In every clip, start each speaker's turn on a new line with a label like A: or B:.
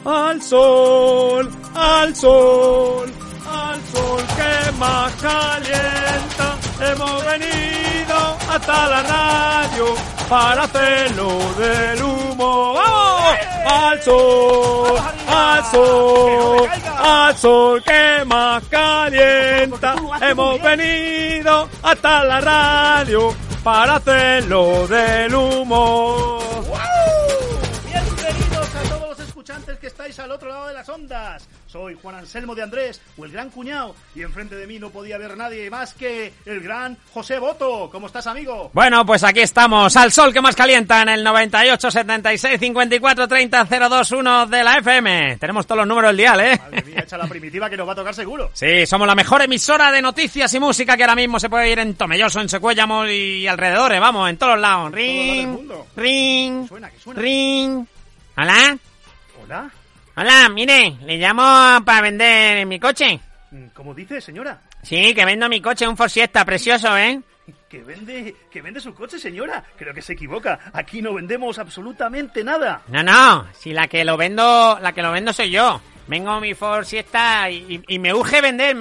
A: al sol, al sol, al sol que más calienta. Hemos venido hasta la radio para hacerlo del humo. ¡Vamos! Al sol, al sol, al sol que más calienta. Hemos venido hasta la radio para hacerlo del humo.
B: Bienvenidos a todos los escuchantes que estáis al otro lado de las ondas. Soy Juan Anselmo de Andrés, o el gran cuñado, y enfrente de mí no podía haber nadie más que el gran José Boto. ¿Cómo estás, amigo?
A: Bueno, pues aquí estamos, al sol que más calienta, en el 98 76 54 30 021 de la FM. Tenemos todos los números del dial, ¿eh?
B: Madre mía, echa la primitiva que nos va a tocar seguro.
A: Sí, somos la mejor emisora de noticias y música que ahora mismo se puede ir en Tomelloso, en Secuéllamo y alrededores, vamos, en todos lados. Ring, ring,
B: ¿Qué suena?
A: ring. ¿Hola?
B: ¿Hola?
A: Hola, mire, le llamo para vender mi coche.
B: ¿Cómo dice, señora?
A: Sí, que vendo mi coche, un Ford Fiesta precioso, ¿eh?
B: ¿Que vende su coche, señora? Creo que se equivoca. Aquí no vendemos absolutamente nada.
A: No, si la que lo vendo soy yo. Vengo mi Ford Fiesta y me urge vender.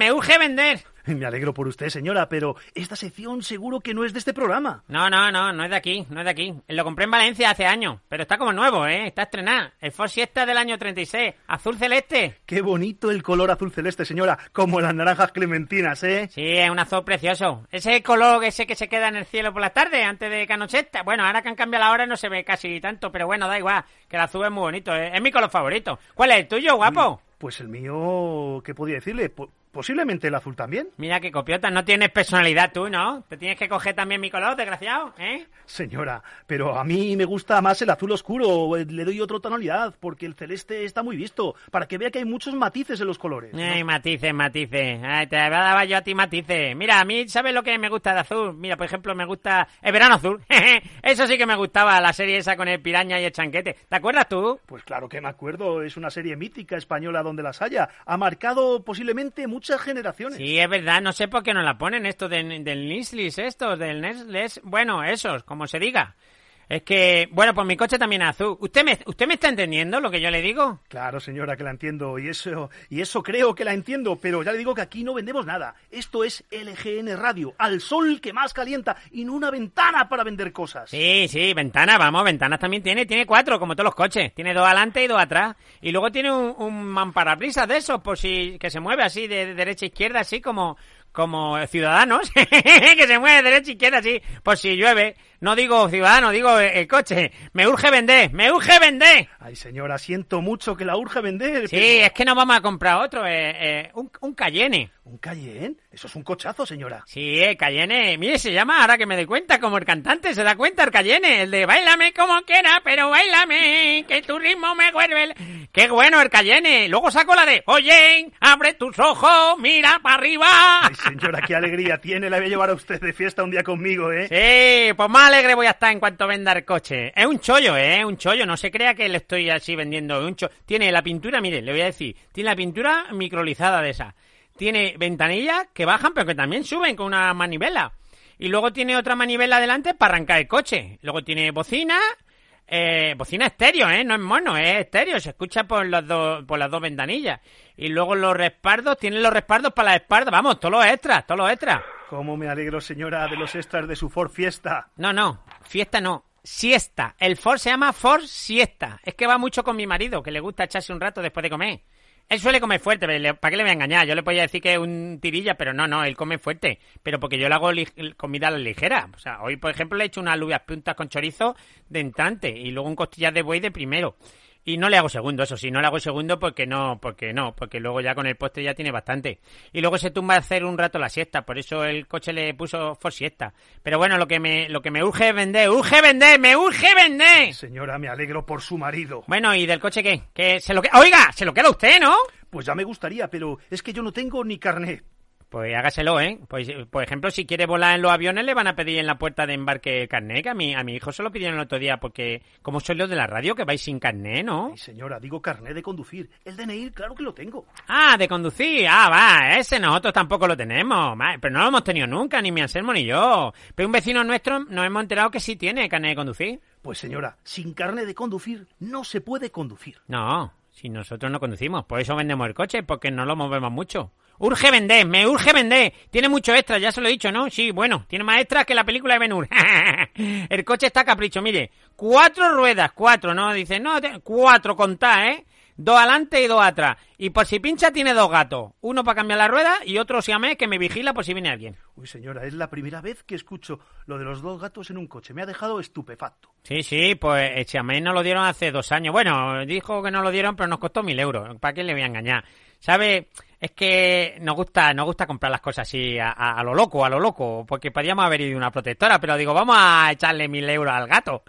B: Me alegro por usted, señora, pero esta sección seguro que no es de este programa.
A: No es de aquí. Lo compré en Valencia hace años, pero está como nuevo, ¿eh? Está estrenado. El Ford Fiesta del año 36, azul celeste.
B: Qué bonito el color azul celeste, señora, como las naranjas clementinas, ¿eh?
A: Sí, es un azul precioso. Ese color que se queda en el cielo por la tarde, antes de que anochezca. Bueno, ahora que han cambiado la hora no se ve casi tanto, pero bueno, da igual, que el azul es muy bonito, ¿eh? Es mi color favorito. ¿Cuál es el tuyo, guapo?
B: Pues el mío, ¿qué podía decirle? Posiblemente el azul también.
A: Mira qué copiota, no tienes personalidad tú, ¿no? Te tienes que coger también mi color, desgraciado, ¿eh?
B: Señora, pero a mí me gusta más el azul oscuro, le doy otra tonalidad, porque el celeste está muy visto, para que vea que hay muchos matices en los colores, ¿no?
A: Ay, matices. Ay, te daba yo a ti matices. Mira, a mí, ¿sabes lo que me gusta de azul? Mira, por ejemplo, me gusta el verano azul. Eso sí que me gustaba, la serie esa con el piraña y el chanquete. ¿Te acuerdas tú?
B: Pues claro que me acuerdo, es una serie mítica española donde las haya. Ha marcado posiblemente muchas generaciones.
A: Sí, es verdad, no sé por qué no la ponen esto del Nislis, del Nesles, bueno, esos, como se diga. Es que, bueno, pues mi coche también es azul. ¿Usted me está entendiendo lo que yo le digo?
B: Claro, señora, que la entiendo, y eso creo que la entiendo, pero ya le digo que aquí no vendemos nada. Esto es LGN Radio, al sol que más calienta, y no una ventana para vender cosas.
A: Sí, ventanas también tiene 4, como todos los coches. Tiene 2 adelante y 2 atrás. Y luego tiene un mamparabrisas de esos, por si, que se mueve así de derecha a izquierda, así como Ciudadanos, que se mueve de derecha a izquierda así, por si llueve. No digo Ciudadano, digo el coche. Me urge vender.
B: Ay, señora, siento mucho que la urge vender.
A: Sí,
B: pero...
A: es que nos vamos a comprar otro, un Cayenne.
B: ¿Un Cayenne? Eso es un cochazo, señora.
A: Sí, Cayenne. Mire, se llama, ahora que me doy cuenta, como el cantante, se da cuenta, el Cayenne, el de báilame como quiera, pero báilame, que tu ritmo me vuelve. ¡Qué bueno el Cayenne! Luego saco la de, oye, abre tus ojos, mira para arriba.
B: Ay, señora, qué alegría tiene, la voy a llevar a usted de fiesta un día conmigo, ¿eh?
A: Sí, pues más alegre voy a estar en cuanto venda el coche. Es un chollo, no se crea que le estoy así vendiendo un chollo. Tiene la pintura, mire, le voy a decir, tiene la pintura microlizada de esa. Tiene ventanillas que bajan, pero que también suben con una manivela. Y luego tiene otra manivela adelante para arrancar el coche. Luego tiene bocina estéreo, no es mono, es estéreo, se escucha por las dos ventanillas. Y luego los respaldos, tienen los respaldos para las espaldas, vamos, todos los extras.
B: Cómo me alegro, señora, de los extras de su Ford Fiesta.
A: No, Fiesta no, Siesta. El Ford se llama Ford Siesta. Es que va mucho con mi marido, que le gusta echarse un rato después de comer. Él suele comer fuerte, pero ¿para qué le voy a engañar? Yo le podía decir que es un tirilla, pero no, él come fuerte. Pero porque yo le hago comida ligera. O sea, hoy, por ejemplo, le he hecho unas alubias puntas con chorizo de entrante y luego un costillar de buey de primero. Y no le hago segundo, eso sí, no le hago segundo porque luego ya con el postre ya tiene bastante. Y luego se tumba a hacer un rato la siesta, por eso el coche le puso Ford Siesta. Pero bueno, lo que me urge es vender, me urge vender.
B: Señora, me alegro por su marido.
A: Bueno, ¿y del coche qué? Oiga, se lo queda usted, ¿no?
B: Pues ya me gustaría, pero es que yo no tengo ni carné.
A: Pues hágaselo, ¿eh? Pues, por ejemplo, si quiere volar en los aviones, le van a pedir en la puerta de embarque el carné, que a mi hijo se lo pidieron el otro día, porque como sois los de la radio, que vais sin carné, ¿no?
B: Ay, señora, digo carné de conducir. El DNI, claro que lo tengo.
A: Ah, de conducir. Ah, va, ese nosotros tampoco lo tenemos. Pero no lo hemos tenido nunca, ni mi Anselmo ni yo. Pero un vecino nuestro nos hemos enterado que sí tiene carné de conducir.
B: Pues señora, sin carné de conducir no se puede conducir.
A: No. Si nosotros no conducimos, por eso vendemos el coche, porque no lo movemos mucho. Urge vender, me urge vender. Tiene mucho extra, ya se lo he dicho, ¿no? Sí, bueno, tiene más extras que la película de Ben-Hur. El coche está a capricho, mire. 4 ruedas, 4, ¿no? Dice, no, 4 contá, ¿eh? 2 adelante y 2 atrás. Y por si pincha tiene 2 gatos. Uno para cambiar la rueda y otro siamés que me vigila por si viene alguien.
B: Uy, señora, es la primera vez que escucho lo de los 2 gatos en un coche. Me ha dejado estupefacto.
A: Sí, pues el siamés nos lo dieron hace 2 años. Bueno, dijo que no lo dieron, pero nos costó 1.000 euros. ¿Para qué le voy a engañar? ¿Sabe? Es que nos gusta comprar las cosas así a lo loco, porque podríamos haber ido a una protectora, pero digo, vamos a echarle 1.000 euros al gato.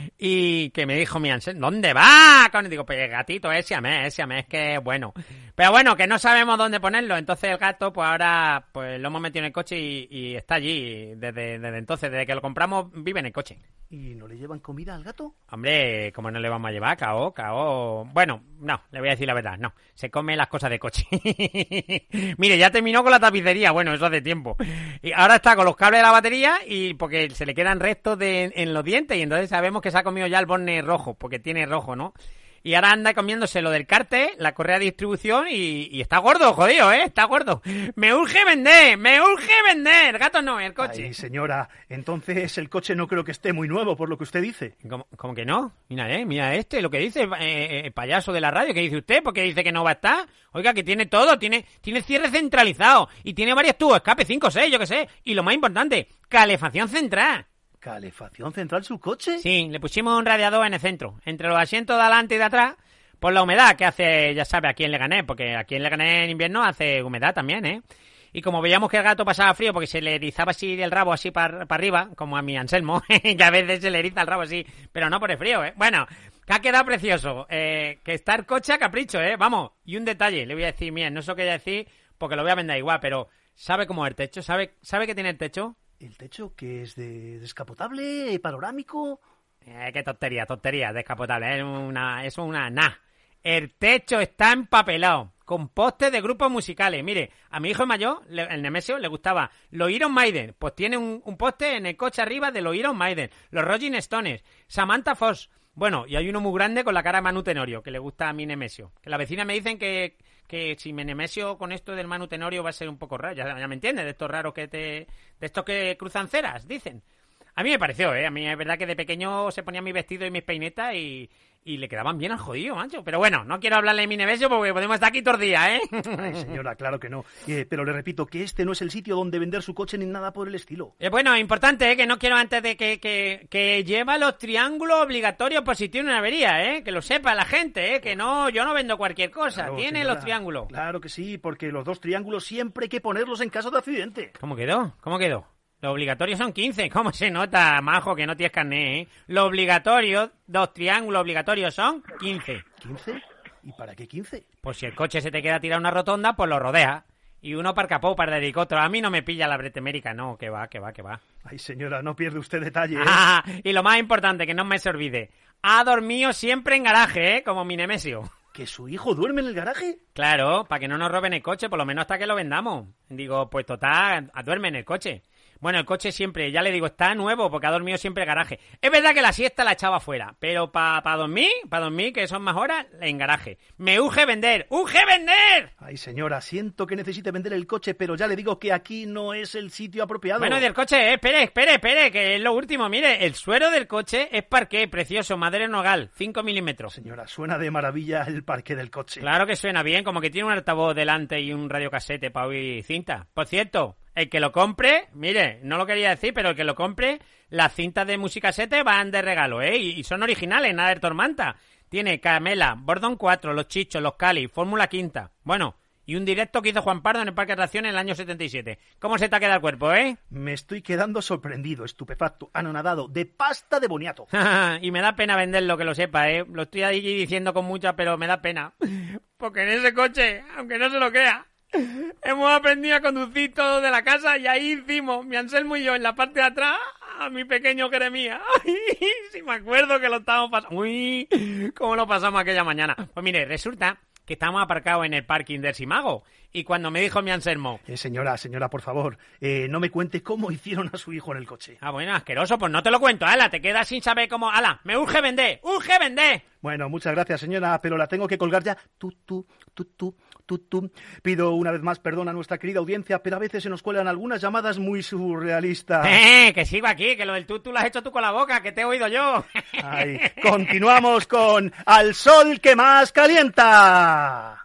A: Y que me dijo mi Ansel, ¿dónde va? Y digo, pues el gatito es siamés, que es bueno. Pero bueno, que no sabemos dónde ponerlo, entonces el gato, pues ahora pues lo hemos metido en el coche y está allí desde entonces, desde que lo compramos vive en el coche.
B: ¿Y no le llevan comida al gato?
A: Hombre, ¿cómo no le vamos a llevar? Cao. Bueno, no, le voy a decir la verdad, no. Se come las cosas de coche. Mire, ya terminó con la tapicería, bueno, eso hace tiempo. Y ahora está con los cables de la batería y porque se le quedan restos en los dientes y entonces sabemos que se ha comido ya el borne rojo, porque tiene rojo, ¿no? Y ahora anda comiéndose lo del cárter, la correa de distribución y está gordo, jodido, está gordo. ¡Me urge vender! El gato no, el coche.
B: Ay, señora, entonces el coche no creo que esté muy nuevo, por lo que usted dice.
A: ¿Cómo que no? Mira, lo que dice el payaso de la radio, ¿qué dice usted? Porque dice que no va a estar. Oiga, que tiene todo, tiene cierre centralizado y tiene varios tubos, escape 5 o 6, yo qué sé. Y lo más importante, calefacción central.
B: ¿Calefacción central su coche?
A: Sí, le pusimos un radiador en el centro, entre los asientos de adelante y de atrás, por la humedad que hace, ya sabe, aquí en Leganés, porque aquí en Leganés en invierno hace humedad también, ¿eh? Y como veíamos que el gato pasaba frío porque se le erizaba así el rabo así para arriba, como a mi Anselmo, que a veces se le eriza el rabo así, pero no por el frío, ¿eh? Bueno, que ha quedado precioso, que está el coche a capricho, ¿eh? Vamos, y un detalle, le voy a decir, mira, no sé lo que voy a decir porque lo voy a vender igual, pero ¿sabe cómo es el techo? ¿Sabe qué tiene el techo?
B: ¿El techo que es de descapotable, panorámico?
A: Qué tontería, descapotable, es una nah. El techo está empapelado, con postes de grupos musicales. Mire, a mi hijo mayor, el Nemesio, le gustaba los Iron Maiden, pues tiene un poste en el coche arriba de los Iron Maiden, los Rolling Stones, Samantha Fox. Bueno, y hay uno muy grande con la cara de Manu Tenorio, que le gusta a mi Nemesio. Que la vecina me dicen que si me Nemesio con esto del Manu Tenorio va a ser un poco raro, ya me entiendes, de estos raros de estos que cruzan ceras, dicen. A mí me pareció, a mí es verdad que de pequeño se ponía mi vestido y mis peinetas y le quedaban bien al jodido, macho. Pero bueno, no quiero hablarle de mi Nemesio porque podemos estar aquí todo el día, ¿eh?
B: Ay, señora, claro que no. Pero le repito que este no es el sitio donde vender su coche ni nada por el estilo.
A: Bueno, importante, que no quiero antes de que lleva los triángulos obligatorios por si tiene una avería, que lo sepa la gente, que no, yo no vendo cualquier cosa, claro, tiene señora, los triángulos.
B: Claro que sí, porque los 2 triángulos siempre hay que ponerlos en caso de accidente.
A: ¿Cómo quedó? Los obligatorios son 15. ¿Cómo se nota, majo, que no tienes carné, eh? Los obligatorios, 2 triángulos obligatorios son 15.
B: ¿15? ¿Y para qué 15?
A: Pues si el coche se te queda tirado una rotonda, pues lo rodeas. Y uno para el capó, para el helicóptero. A mí no me pilla la bretemérica, no, que va.
B: Ay, señora, no pierde usted detalle,
A: y lo más importante, que no me se olvide. Ha dormido siempre en garaje, como mi Nemesio.
B: ¿Que su hijo duerme en el garaje?
A: Claro, para que no nos roben el coche, por lo menos hasta que lo vendamos. Digo, pues total, duerme en el coche. Bueno, el coche siempre, ya le digo, está nuevo porque ha dormido siempre en garaje. Es verdad que la siesta la echaba fuera, pero para dormir, que son más horas, en garaje. ¡Me urge vender!
B: Ay, señora, siento que necesite vender el coche, pero ya le digo que aquí no es el sitio apropiado.
A: Bueno, del coche, espere, que es lo último. Mire, el suelo del coche es parqué, precioso, madera nogal, 5 milímetros.
B: Señora, suena de maravilla el parqué del coche.
A: Claro que suena bien, como que tiene un altavoz delante y un radiocasete para oír cinta. Por cierto, el que lo compre, mire, no lo quería decir, pero el que lo compre, las cintas de musicasete van de regalo, y son originales, nada de Tormenta. Tiene Camela, Bordón 4, Los Chichos, Los Cali, Fórmula Quinta. Bueno, y un directo que hizo Juan Pardo en el Parque de Atracciones en el año 77. ¿Cómo se te ha quedado el cuerpo,
B: Me estoy quedando sorprendido, estupefacto, anonadado, de pasta de boniato.
A: Y me da pena venderlo, que lo sepa, Lo estoy ahí diciendo con mucha, pero me da pena. Porque en ese coche, aunque no se lo crea, hemos aprendido a conducir todo de la casa y ahí hicimos, mi Anselmo y yo, en la parte de atrás, a mi pequeño Jeremías. Ay, si me acuerdo que lo estábamos pasando. Uy, cómo lo pasamos aquella mañana. Pues mire, resulta que estábamos aparcados en el parking del Simago Y cuando me dijo mi Anselmo...
B: Señora, por favor, no me cuente cómo hicieron a su hijo en el coche.
A: Ah, bueno, asqueroso, pues no te lo cuento. Ala, te quedas sin saber cómo... Ala, me urge vender.
B: Bueno, muchas gracias, señora, pero la tengo que colgar ya. Pido una vez más perdón a nuestra querida audiencia, pero a veces se nos cuelan algunas llamadas muy surrealistas.
A: Que sigo aquí, que lo del tú lo has hecho tú con la boca, que te he oído yo.
B: Ay, continuamos con Al sol que más calienta.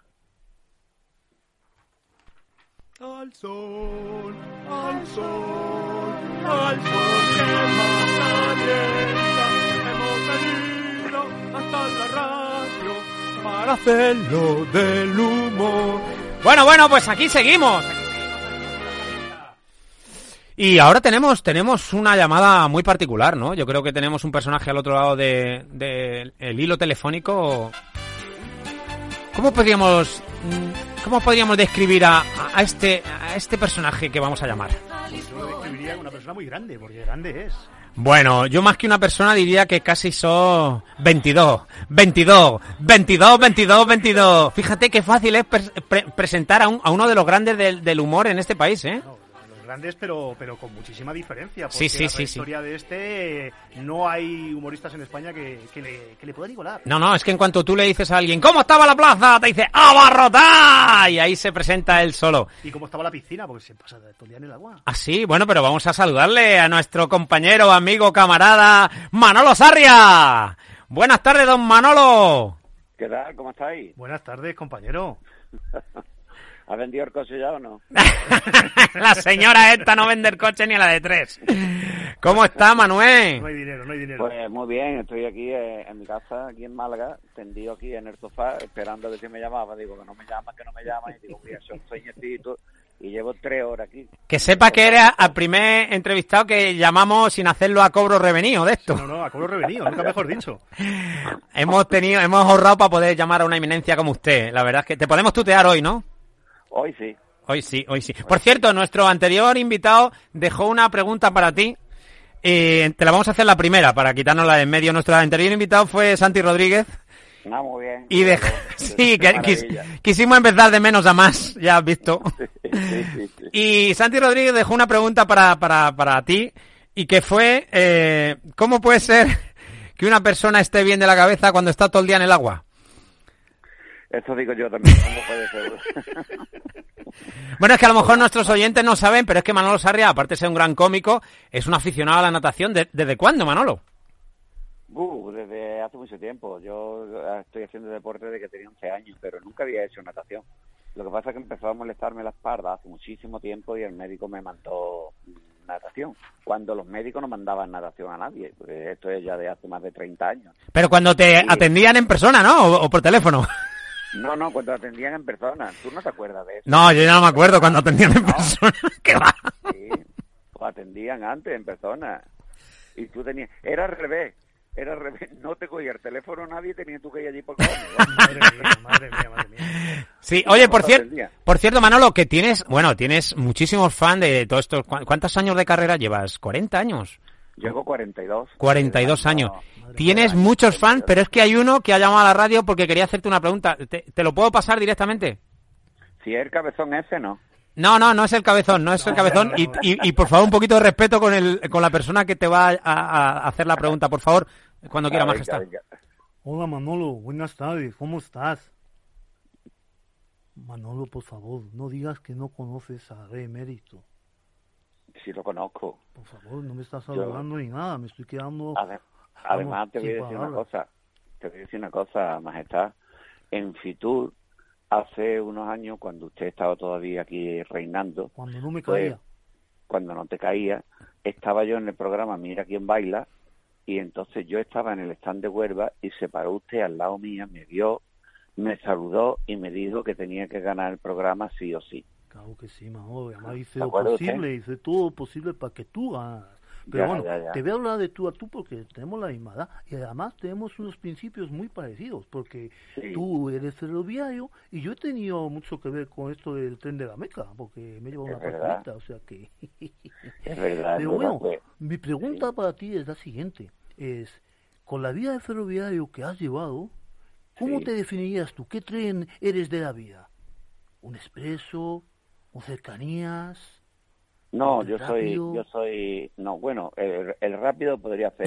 B: Al sol, al sol, al sol que más calienta. Hemos venido hasta la radio para hacerlo del humor.
A: Bueno, pues aquí seguimos. Y ahora tenemos una llamada muy particular, ¿no? Yo creo que tenemos un personaje al otro lado del hilo telefónico. ¿Cómo podríamos describir a este personaje que vamos a llamar?
B: Yo lo describiría como una persona muy grande, porque grande es.
A: Bueno, yo más que una persona diría que casi son 22. Fíjate qué fácil es presentar a uno de los grandes del humor en este país, ¿eh?
B: No, los grandes, pero con muchísima diferencia.
A: Sí.
B: Porque la historia de este, no hay humoristas en España que le puedan igualar.
A: No, es que en cuanto tú le dices a alguien, ¿cómo estaba la plaza? Te dice, ¡abarrotada! Y ahí se presenta él solo.
B: ¿Y cómo estaba la piscina? Porque se pasa todo el día en el agua.
A: Ah, sí, bueno, pero vamos a saludarle a nuestro compañero, amigo, camarada, Manolo Sarria. Buenas tardes, don Manolo.
C: ¿Qué tal? ¿Cómo estáis?
B: Buenas tardes, compañero.
C: ¿Has vendido el coche ya o no?
A: La señora esta no vende el coche ni a la de 3. ¿Cómo está, Manuel?
B: No hay dinero.
C: Pues muy bien, estoy aquí en mi casa, aquí en Málaga, tendido aquí en el sofá, esperando a ver si me llamaba. Digo, que no me llama. Y digo, voy a hacer un sueñecito. Y llevo 3 horas aquí.
A: Que sepa que eres al primer entrevistado que llamamos sin hacerlo a cobro revenido de esto.
B: No, a cobro revenido, nunca mejor dicho.
A: Hemos ahorrado para poder llamar a una eminencia como usted. La verdad es que te podemos tutear hoy, ¿no?
C: Hoy sí.
A: Hoy sí. Por cierto, nuestro anterior invitado dejó una pregunta para ti. Te la vamos a hacer la primera, para quitárnosla de en medio. Nuestro anterior invitado fue Santi Rodríguez.
C: Ah, muy bien.
A: Y sí, quisimos empezar de menos a más, ya has visto.
C: Sí.
A: Y Santi Rodríguez dejó una pregunta para ti, y que fue, ¿cómo puede ser que una persona esté bien de la cabeza cuando está todo el día en el agua?
C: Eso digo yo también, ¿cómo puede ser?
A: Bueno, es que a lo mejor nuestros oyentes no saben, pero es que Manolo Sarria, aparte de ser un gran cómico, es un aficionado a la natación. ¿Desde cuándo, Manolo?
C: Desde hace mucho tiempo. Yo estoy haciendo deporte desde que tenía 11 años, pero nunca había hecho natación. Lo que pasa es que empezó a molestarme la espalda hace muchísimo tiempo y el médico me mandó natación. Cuando los médicos no mandaban natación a nadie, pues esto es ya de hace más de 30 años.
A: Pero cuando te atendían en persona, ¿no? ¿O por teléfono?
C: No, cuando atendían en persona. ¿Tú no te acuerdas de eso?
A: No, yo ya no me acuerdo cuando atendían en persona. ¿Qué va?
C: Sí, o atendían antes en persona. Y tú tenías... Era al revés. No te cogía el teléfono nadie, tenías tú que ir allí por
B: Madre mía.
A: Sí, oye, por cierto, Manolo, que tienes muchísimos fans de todo esto. ¿Cuántos años de carrera llevas? ¿40 años?
C: Llevo 42.
A: 42 años. Tienes muchos fans, pero es que hay uno que ha llamado a la radio porque quería hacerte una pregunta. ¿Te lo puedo pasar directamente?
C: Si es el cabezón ese, no.
A: No es el cabezón, Y por favor, un poquito de respeto con la persona que te va a hacer la pregunta, por favor, cuando quiera, majestad.
B: Hola, Manolo, buenas tardes, ¿cómo estás? Manolo, por favor, no digas que no conoces a Rey Emérito.
C: Sí lo conozco.
B: Por favor, no me estás saludando ni nada, me estoy quedando...
C: Además, te voy a decir una cosa, majestad. En Fitur, hace unos años, cuando usted estaba todavía aquí reinando...
B: Cuando no me caía.
C: Cuando no te caía, estaba yo en el programa Mira quién baila, y entonces yo estaba en el stand de Huelva y se paró usted al lado mía, me vio, me saludó y me dijo que tenía que ganar el programa sí o sí.
B: Claro que sí, Manolo, además hice lo posible, hice todo lo posible para que tú ganas. Pero
C: ya.
B: Te voy a hablar de tú a tú porque tenemos la misma edad y además tenemos unos principios muy parecidos porque tú eres ferroviario y yo he tenido mucho que ver con esto del tren de la Meca porque me he llevado una partidita, o sea que...
C: Es verdad.
B: Pero bueno, mi pregunta para ti es la siguiente, con la vida de ferroviario que has llevado, ¿cómo te definirías tú? ¿Qué tren eres de la vida? un expreso, un cercanías.
C: No,
B: ¿El
C: yo
B: rápido?
C: soy, no, bueno, el rápido podría hacer,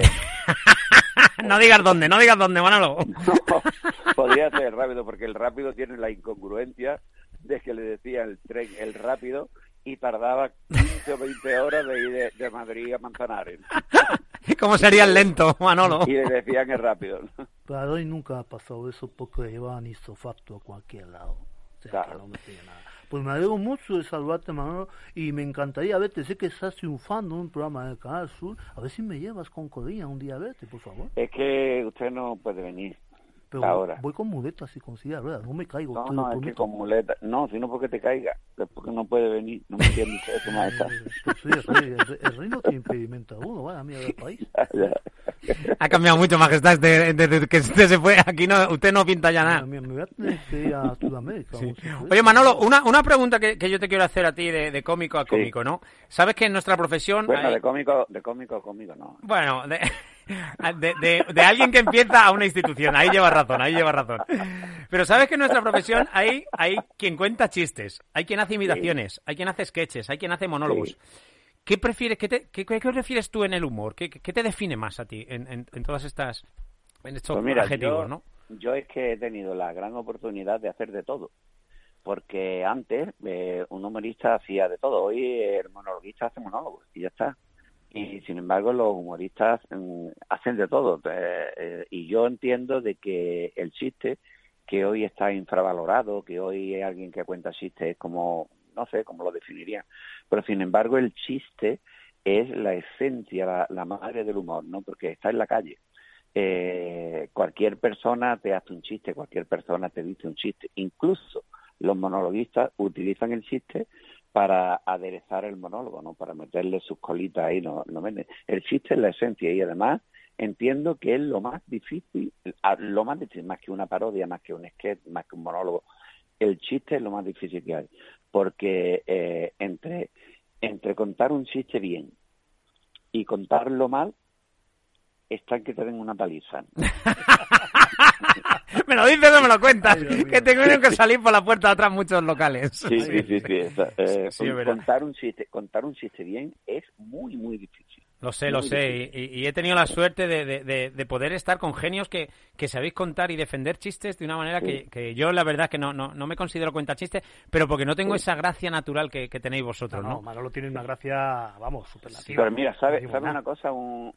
A: No digas dónde, Manolo.
C: no, podría ser el rápido, porque el rápido tiene la incongruencia de que le decía el tren el rápido y tardaba 15 o 20 horas de ir de Madrid a Manzanares.
A: ¿Cómo sería el lento, Manolo?
C: Y le decían el rápido.
B: Para hoy nunca ha pasado eso porque llevaban isofacto a cualquier lado. O sea,
C: Claro.
B: que no me pide nada. Pues me alegro mucho de saludarte, Manolo, y me encantaría verte. Sé que estás triunfando en un programa del Canal Sur. A ver si me llevas con Corina un día a verte, por favor.
C: Es que usted no puede venir
B: Pero
C: ahora.
B: voy con muletas y con silla de ruedas, no me caigo,
C: No,
B: te lo
C: no, es que
B: prometo.
C: con muleta. No, sino porque te caiga. Es porque no puede venir. No me entiende usted, su majestad.
B: Pues soy el rey no tiene impedimento alguno, vaya mierda del país.
A: Ha cambiado mucho, majestad, desde que usted se fue. Aquí no, usted no pinta ya nada.
B: Me voy a tener que ir a Sudamérica.
A: Sí.
B: mucho por
A: Oye,
B: eso.
A: Manolo, una pregunta que yo te quiero hacer a ti de cómico a cómico, ¿no? Sabes que en nuestra profesión...
C: Bueno,
A: hay-
C: de cómico a cómico, no.
A: Bueno, de alguien que empieza a una institución. Ahí lleva razón, ahí lleva razón. Pero sabes que en nuestra profesión hay quien cuenta chistes, hay quien hace imitaciones, hay quien hace sketches, hay quien hace monólogos.
C: Sí.
A: ¿Qué prefieres, qué prefieres tú en el humor? ¿Qué te define más a ti en todas estas, en estos
C: Pues mira,
A: adjetivos, ¿no?
C: yo es que he tenido la gran oportunidad de hacer de todo. Porque antes un humorista hacía de todo. Hoy el monologuista hace monólogos y ya está. Y sin embargo los humoristas hacen de todo. Y yo entiendo de que el chiste, que hoy está infravalorado, que hoy hay alguien que cuenta chistes, es como, no sé cómo lo definiría. Pero sin embargo el chiste es la esencia, la madre del humor, ¿no? Porque está en la calle. Cualquier persona te hace un chiste, cualquier persona te dice un chiste. Incluso los monologuistas utilizan el chiste para aderezar el monólogo, ¿no? Para meterle sus colitas ahí, no venden. El chiste es la esencia y además entiendo que es lo más difícil, más que una parodia, más que un sketch, más que un monólogo. El chiste es lo más difícil que hay, porque entre contar un chiste bien y contarlo mal, está en que te den una paliza.
A: ¿Me lo dices o me lo cuentas?
B: Ay, Dios mío.
A: Que tengo que salir por la puerta de atrás muchos locales.
C: Sí.
A: Sí, es verdad.
C: Contar un chiste bien es muy, muy difícil.
A: Lo sé,
C: Muy
A: y he tenido la suerte de poder estar con genios que sabéis contar y defender chistes de una manera
C: Sí.
A: que yo la verdad que no me considero cuenta chistes, pero porque no tengo esa gracia natural que tenéis vosotros,
B: No,
A: ¿no?
B: Manolo tiene una gracia, vamos, superlativa.
C: Pero mira, ¿sabes
B: Buena.
C: una cosa?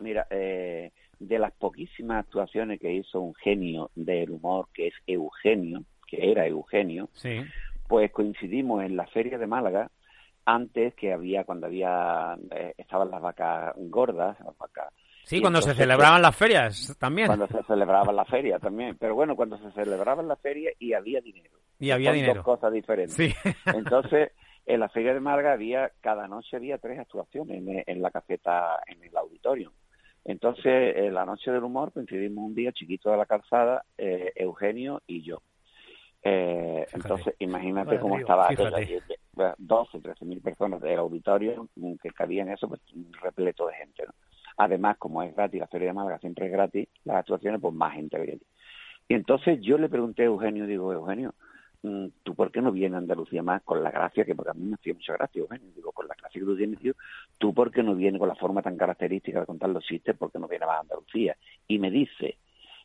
C: De las poquísimas actuaciones que hizo un genio del humor, que es Eugenio, que era Eugenio,
A: Sí.
C: pues coincidimos en la Feria de Málaga, antes que cuando estaban las vacas gordas, las vacas.
A: Sí,
C: Y
A: cuando se
C: entonces,
A: celebraban las ferias también.
C: cuando se celebraba la feria también, pero bueno, cuando se celebraba la feria y había dinero.
A: Y había
C: Son
A: dinero.
C: dos cosas diferentes.
A: Sí.
C: Entonces, en la Feria de Málaga cada noche había 3 actuaciones en la caseta, en el auditorio. Entonces, en la noche del humor coincidimos un día, Chiquito de la Calzada, Eugenio y yo. Entonces, imagínate
B: Vaya
C: cómo
B: trío,
C: estaba
A: fíjate.
C: aquello, 12, 13.000 personas del auditorio que cabían eso, pues repleto de gente, ¿no? Además, como es gratis, la Feria de Málaga siempre es gratis, las actuaciones, pues más gente había allí. Y entonces yo le pregunté a Eugenio, digo, Eugenio, ¿tú por qué no vienes a Andalucía más con la gracia que porque a mí me hacía mucha gracia, Eugenio? Digo, con la gracia que tú tienes, tío, ¿tú por qué no vienes con la forma tan característica de contar los chistes? ¿Por qué no vienes más a Andalucía? Y me dice,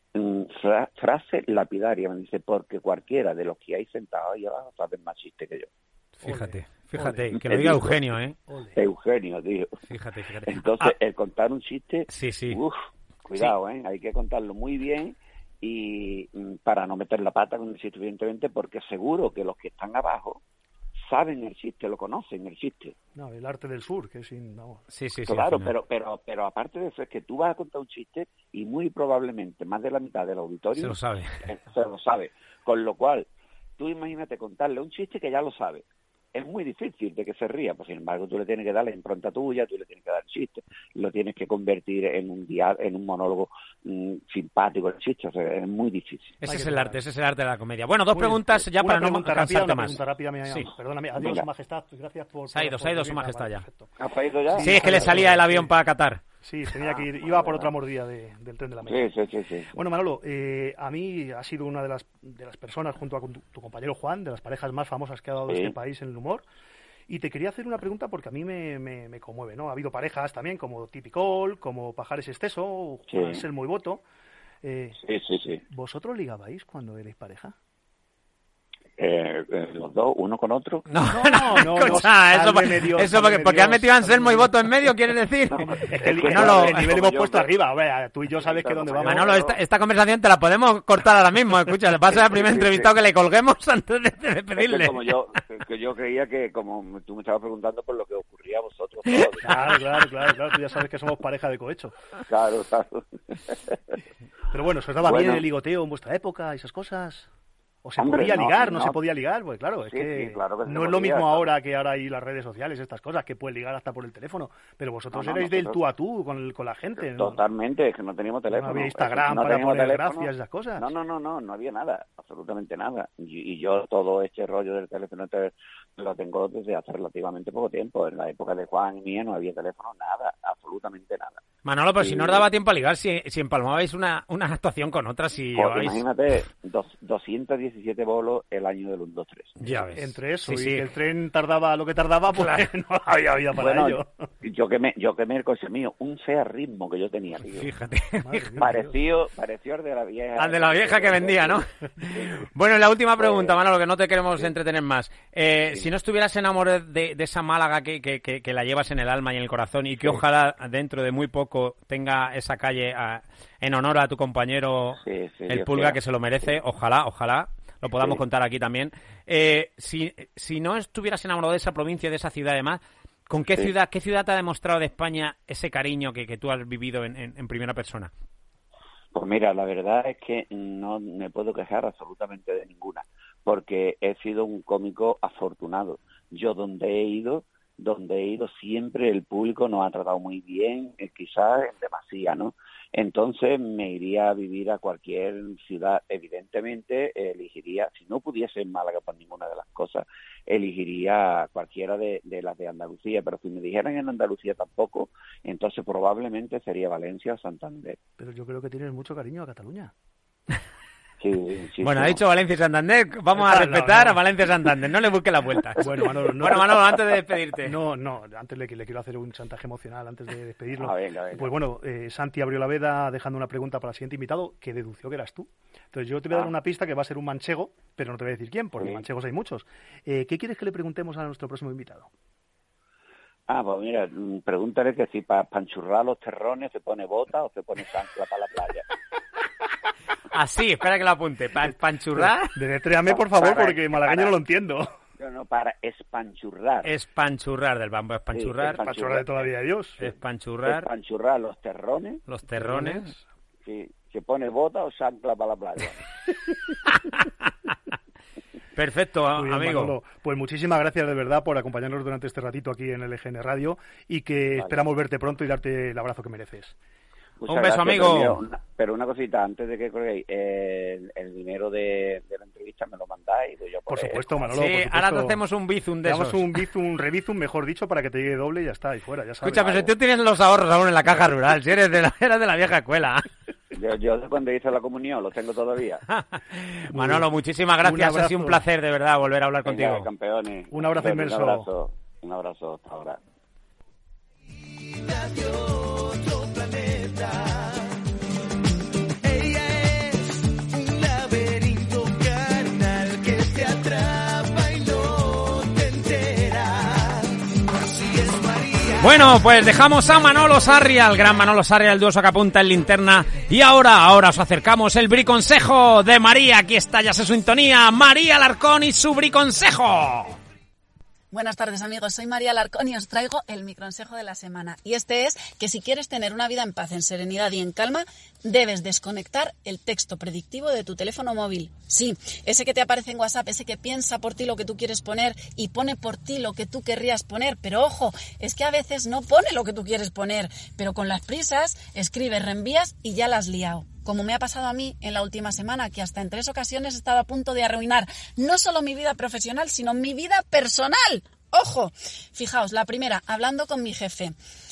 C: frase lapidaria, me dice, porque cualquiera de los que hay sentados ahí abajo saben más chistes que yo.
A: Fíjate,
B: Ole.
A: que lo diga Eugenio, ¿eh?
B: Ole.
C: Eugenio, tío.
A: Fíjate.
C: Entonces, el contar un chiste,
A: Sí.
C: Cuidado, hay que contarlo muy bien y para no meter la pata con el chiste, evidentemente, porque seguro que los que están abajo saben el chiste, lo conocen el chiste.
B: No, el arte del sur, que es sin... Vamos.
A: Sí,
C: Claro,
A: al final.
C: pero aparte de eso es que tú vas a contar un chiste y muy probablemente más de la mitad del auditorio
A: Se lo sabe.
C: se lo sabe. Con lo cual, tú imagínate contarle un chiste que ya lo sabe. Es muy difícil de que se ría, pues sin embargo tú le tienes que dar la impronta tuya, tú le tienes que dar el chiste, lo tienes que convertir en un monólogo simpático el chiste, o sea, es muy difícil.
A: Ese
B: Hay
A: es
B: que
A: el
B: tratar.
A: arte, ese es el arte de la comedia. Bueno, dos
B: Muy bien.
A: preguntas ya
B: Una
A: para no
B: pregunta rápida,
A: cansarte
B: una
A: más.
B: pregunta rápida, mira,
A: Sí.
B: perdóname. Adiós,
C: Venga.
B: majestad, gracias por...
A: Se ha ido,
B: por
A: Su
B: venir.
A: Majestad
B: Vale,
A: ya.
B: perfecto.
C: ¿Has ido ya?
A: Sí, es que le salía el avión para Qatar.
B: Sí, tenía que ir, iba por otra mordida del tren de la Meca.
C: Sí.
B: Bueno, Manolo, a mí ha sido una de las personas, junto a tu compañero Juan, de las parejas más famosas que ha dado este país en el humor. Y te quería hacer una pregunta porque a mí me conmueve, ¿no? Ha habido parejas también, como Tipicol, como Pajares Esteso, Juan Anselmo y Boto.
C: Sí.
B: ¿Vosotros ligabais cuando erais pareja?
C: Los dos, uno con otro.
A: No, escucha, eso porque has metido a Anselmo y Boto en medio, ¿quieres decir?
B: Es que el nivel hemos puesto arriba. Hombre, tú y yo sabes que dónde vamos.
A: Manolo, esta conversación te la podemos cortar ahora mismo. Escucha, le pasa al primer entrevistado que le colguemos antes de pedirle.
C: Es que yo creía que, como tú me estabas preguntando, por lo que ocurría a vosotros todos.
B: Claro. Tú ya sabes que somos pareja de cohecho.
C: Claro.
B: Pero bueno, ¿se os daba bien el ligoteo en vuestra época, esas cosas? ¿O se podía ligar? ¿No se podía ligar? Pues claro, es que no es lo mismo ahora que ahora hay las redes sociales, estas cosas, que puedes ligar hasta por el teléfono. Pero vosotros erais del tú a tú con la gente, ¿no?
C: Totalmente, es que no teníamos teléfono.
B: No había Instagram para poner gracias, esas cosas.
C: No había nada, absolutamente nada. Y yo todo este rollo del teléfono lo tengo desde hace relativamente poco tiempo. En la época de Juan y mía no había teléfono, nada, absolutamente nada.
A: Manolo, pero si no os daba tiempo a ligar, si empalmabais una actuación con otra, si
C: lleváis... Imagínate, 217 bolos el año del 1, 2, 3.
B: Ya ves. Entre eso y que el tren tardaba lo que tardaba, pues no había vida para ello.
C: Yo quemé el coche mío, un Seat Ritmo que yo tenía, tío.
A: Fíjate.
C: Pareció al de la vieja.
A: Al de la vieja que vendía, ¿no? Bueno, y la última pregunta, Manolo, que no te queremos entretener más. Si no estuvieras enamorado de esa Málaga que la llevas en el alma y en el corazón y que ojalá dentro de muy poco tenga esa calle en honor a tu compañero el Pulga, que se lo merece, ojalá lo podamos contar aquí también. Si no estuvieras enamorado de esa provincia, de esa ciudad además, ¿con qué ciudad te ha demostrado de España ese cariño que tú has vivido en primera persona?
C: Pues mira, la verdad es que no me puedo quejar absolutamente de ninguna, porque he sido un cómico afortunado. Yo donde he ido siempre el público nos ha tratado muy bien, quizás en demasía, ¿no? Entonces me iría a vivir a cualquier ciudad. Evidentemente elegiría, si no pudiese en Málaga por ninguna de las cosas, elegiría cualquiera de las de Andalucía, pero si me dijeran en Andalucía tampoco, entonces probablemente sería Valencia o Santander.
B: Pero yo creo que tienes mucho cariño a Cataluña.
C: Sí,
A: ha dicho Valencia y Santander, vamos a respetar a Valencia y Santander, no le busque la vuelta.
B: Bueno,
A: Manolo, antes de despedirte.
B: Antes le quiero hacer un chantaje emocional antes de despedirlo.
C: Venga.
B: Pues bueno, Santi abrió la veda dejando una pregunta para el siguiente invitado que dedució que eras tú. Entonces yo te voy a dar una pista que va a ser un manchego, pero no te voy a decir quién, porque manchegos hay muchos. ¿Qué quieres que le preguntemos a nuestro próximo invitado?
C: Pues mira, pregúntale que si para panchurrar los terrones se pone bota o se pone chancla para la playa.
A: Así, espera que lo apunte. ¿Panchurrar?
B: Deletréame, por favor, porque malagueño no lo entiendo.
C: No, para espanchurrar.
A: Espanchurrar del bambo, espanchurrar.
B: Espanchurrar de toda la vida de Dios.
A: Espanchurrar.
C: Espanchurrar los terrones.
A: Los terrones.
C: Sí, se pone bota o chancla para la playa.
A: Perfecto,
B: bien,
A: amigo.
B: Manolo. Pues muchísimas gracias de verdad por acompañarnos durante este ratito aquí en LGN Radio y que esperamos verte pronto y darte el abrazo que mereces.
C: Muchas
A: un beso,
C: gracias,
A: amigo.
C: Pero una cosita, antes de que colguéis, el dinero de la entrevista me lo mandáis. Pues yo
B: por supuesto, Manolo.
A: Sí,
B: por supuesto.
A: Ahora te hacemos un bizum de esos.
B: Damos un revizum, mejor dicho, para que te llegue doble y ya está, y fuera, ya sabes.
A: Escucha, pero si tú tienes los ahorros aún en la caja rural, si eres de la vieja escuela.
C: Yo cuando hice la comunión los tengo todavía.
A: Manolo, muchísimas gracias. Ha sido un placer, de verdad, volver a hablar contigo.
C: Campeones.
B: Un abrazo inmenso.
C: Un abrazo, hasta ahora.
A: Bueno, pues dejamos a Manolo Sarria, el gran Manolo Sarria, el duoso que apunta en linterna. Y ahora os acercamos el briconsejo de María. Aquí está, ya se sintonía, María Alarcón y su briconsejo.
D: Buenas tardes, amigos. Soy María Alarcón y os traigo el microconsejo de la semana. Y este es que si quieres tener una vida en paz, en serenidad y en calma, debes desconectar el texto predictivo de tu teléfono móvil. Sí, ese que te aparece en WhatsApp, ese que piensa por ti lo que tú quieres poner y pone por ti lo que tú querrías poner. Pero ojo, es que a veces no pone lo que tú quieres poner, pero con las prisas escribes, reenvías y ya la has liado. Como me ha pasado a mí en la última semana, que hasta en 3 ocasiones estaba a punto de arruinar no solo mi vida profesional, sino mi vida personal. ¡Ojo! Fijaos, la primera, hablando con mi jefe.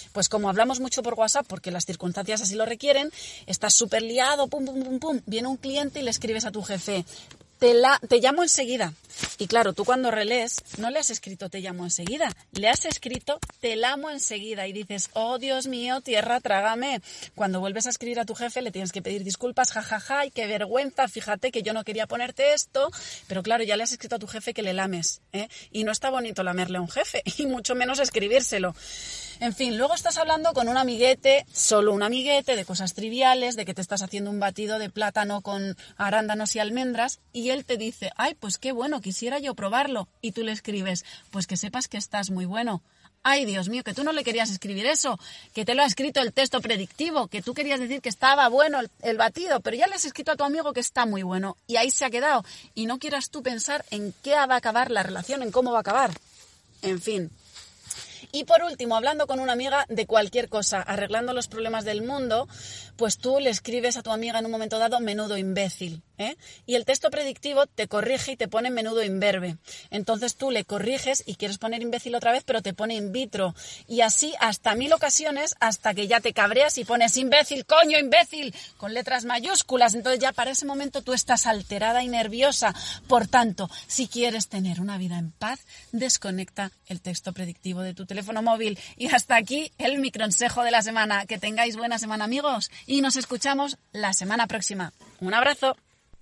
D: Pues como hablamos mucho por WhatsApp, porque las circunstancias así lo requieren, estás súper liado, pum, pum, pum, pum, viene un cliente y le escribes a tu jefe, te llamo enseguida. Y claro, tú cuando relees, no le has escrito te llamo enseguida, le has escrito te lamo enseguida y dices, oh Dios mío, tierra, trágame. Cuando vuelves a escribir a tu jefe le tienes que pedir disculpas, jajaja, y qué vergüenza, fíjate que yo no quería ponerte esto, pero claro, ya le has escrito a tu jefe que le lames, ¿eh? Y no está bonito lamerle a un jefe, y mucho menos escribírselo. En fin, luego estás hablando con un amiguete, solo un amiguete, de cosas triviales, de que te estás haciendo un batido de plátano con arándanos y almendras, y él te dice, ay, pues qué bueno, quisiera yo probarlo. Y tú le escribes, pues que sepas que estás muy bueno. Ay, Dios mío, que tú no le querías escribir eso, que te lo ha escrito el texto predictivo, que tú querías decir que estaba bueno el batido, pero ya le has escrito a tu amigo que está muy bueno, y ahí se ha quedado. Y no quieras tú pensar en qué va a acabar la relación, en cómo va a acabar. En fin. Y por último, hablando con una amiga de cualquier cosa, arreglando los problemas del mundo, pues tú le escribes a tu amiga en un momento dado menudo imbécil, ¿eh? Y el texto predictivo te corrige y te pone menudo imberbe. Entonces tú le corriges y quieres poner imbécil otra vez, pero te pone in vitro. Y así hasta 1000 ocasiones, hasta que ya te cabreas y pones imbécil, coño, imbécil, con letras mayúsculas. Entonces ya para ese momento tú estás alterada y nerviosa. Por tanto, si quieres tener una vida en paz, desconecta el texto predictivo de tu teléfono móvil. Y hasta aquí el microconsejo de la semana. Que tengáis buena semana, amigos, y nos escuchamos la semana próxima. Un abrazo.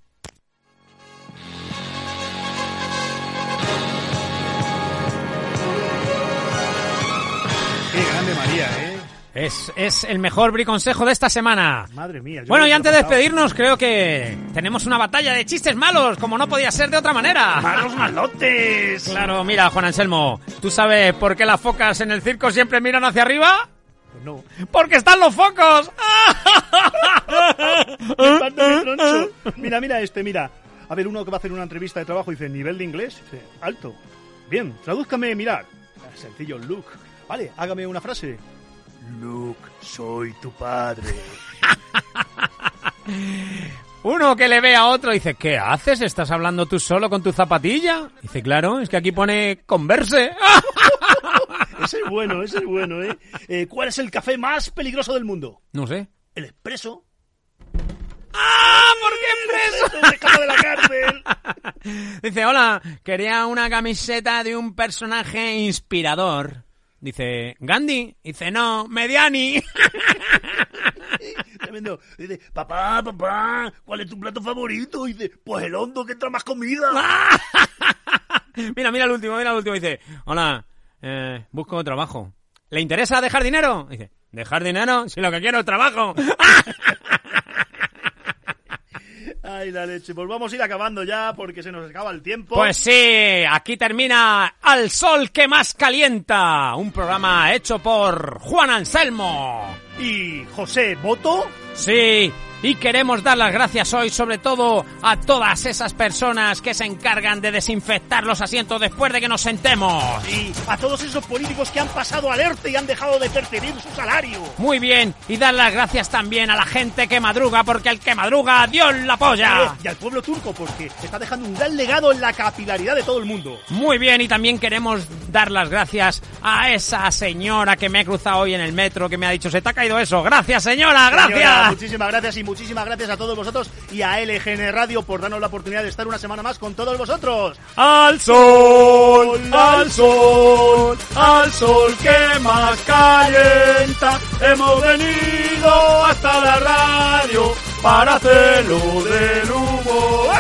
E: Qué grande María, ¿eh?
A: Es el mejor briconsejo de esta semana.
E: Madre mía.
A: Bueno, y antes de despedirnos, creo que tenemos una batalla de chistes malos, como no podía ser de otra manera.
E: ¡Malos malotes!
A: Claro, mira, Juan Anselmo, ¿tú sabes por qué las focas en el circo siempre miran hacia arriba?
E: Pues no.
A: ¡Porque están los focos!
E: Me falta el troncho. Mira, mira. A ver, uno que va a hacer una entrevista de trabajo dice, nivel de inglés, dice, alto. Bien, tradúzcame, mirar. Sencillo, Luke. Vale, hágame una frase. Luke, soy tu padre.
A: Uno que le ve a otro dice, ¿qué haces? ¿Estás hablando tú solo con tu zapatilla? Dice, claro, es que aquí pone Converse.
E: Ese es bueno, ¿eh? ¿Cuál es el café más peligroso del mundo?
A: No sé.
E: El expreso.
A: ¡Ah! ¿Por qué expreso?
E: Se escapa de la cárcel.
A: Dice, hola, quería una camiseta de un personaje inspirador. Dice, ¿Gandhi? Dice, no, Mediani.
E: Tremendo. Dice, papá, ¿cuál es tu plato favorito? Dice, pues el hondo, que entra más comida.
A: Mira el último. Dice, hola, busco trabajo. ¿Le interesa dejar dinero? Dice, ¿dejar dinero? Si lo que quiero es trabajo.
E: Ay, la leche. Pues vamos a ir acabando ya porque se nos acaba el tiempo.
A: Pues sí, aquí termina Al Sol que Más Calienta, un programa hecho por Juan Anselmo
E: y José Boto.
A: Sí, y queremos dar las gracias hoy sobre todo a todas esas personas que se encargan de desinfectar los asientos después de que nos sentemos.
E: Y a todos esos políticos que han pasado al ERTE y han dejado de percibir su salario.
A: Muy bien, y dar las gracias también a la gente que madruga, porque el que madruga, Dios la apoya.
E: Y al pueblo turco, porque está dejando un gran legado en la capilaridad de todo el mundo.
A: Muy bien, y también queremos dar las gracias a esa señora que me he cruzado hoy en el metro, que me ha dicho, se te ha caído eso. Gracias, señora, gracias.
E: Señora, muchísimas gracias y muchísimas gracias a todos vosotros y a LGN Radio por darnos la oportunidad de estar una semana más con todos vosotros.
A: Al sol, al sol, al sol que más calienta, hemos venido hasta la radio para hacerlo del humor.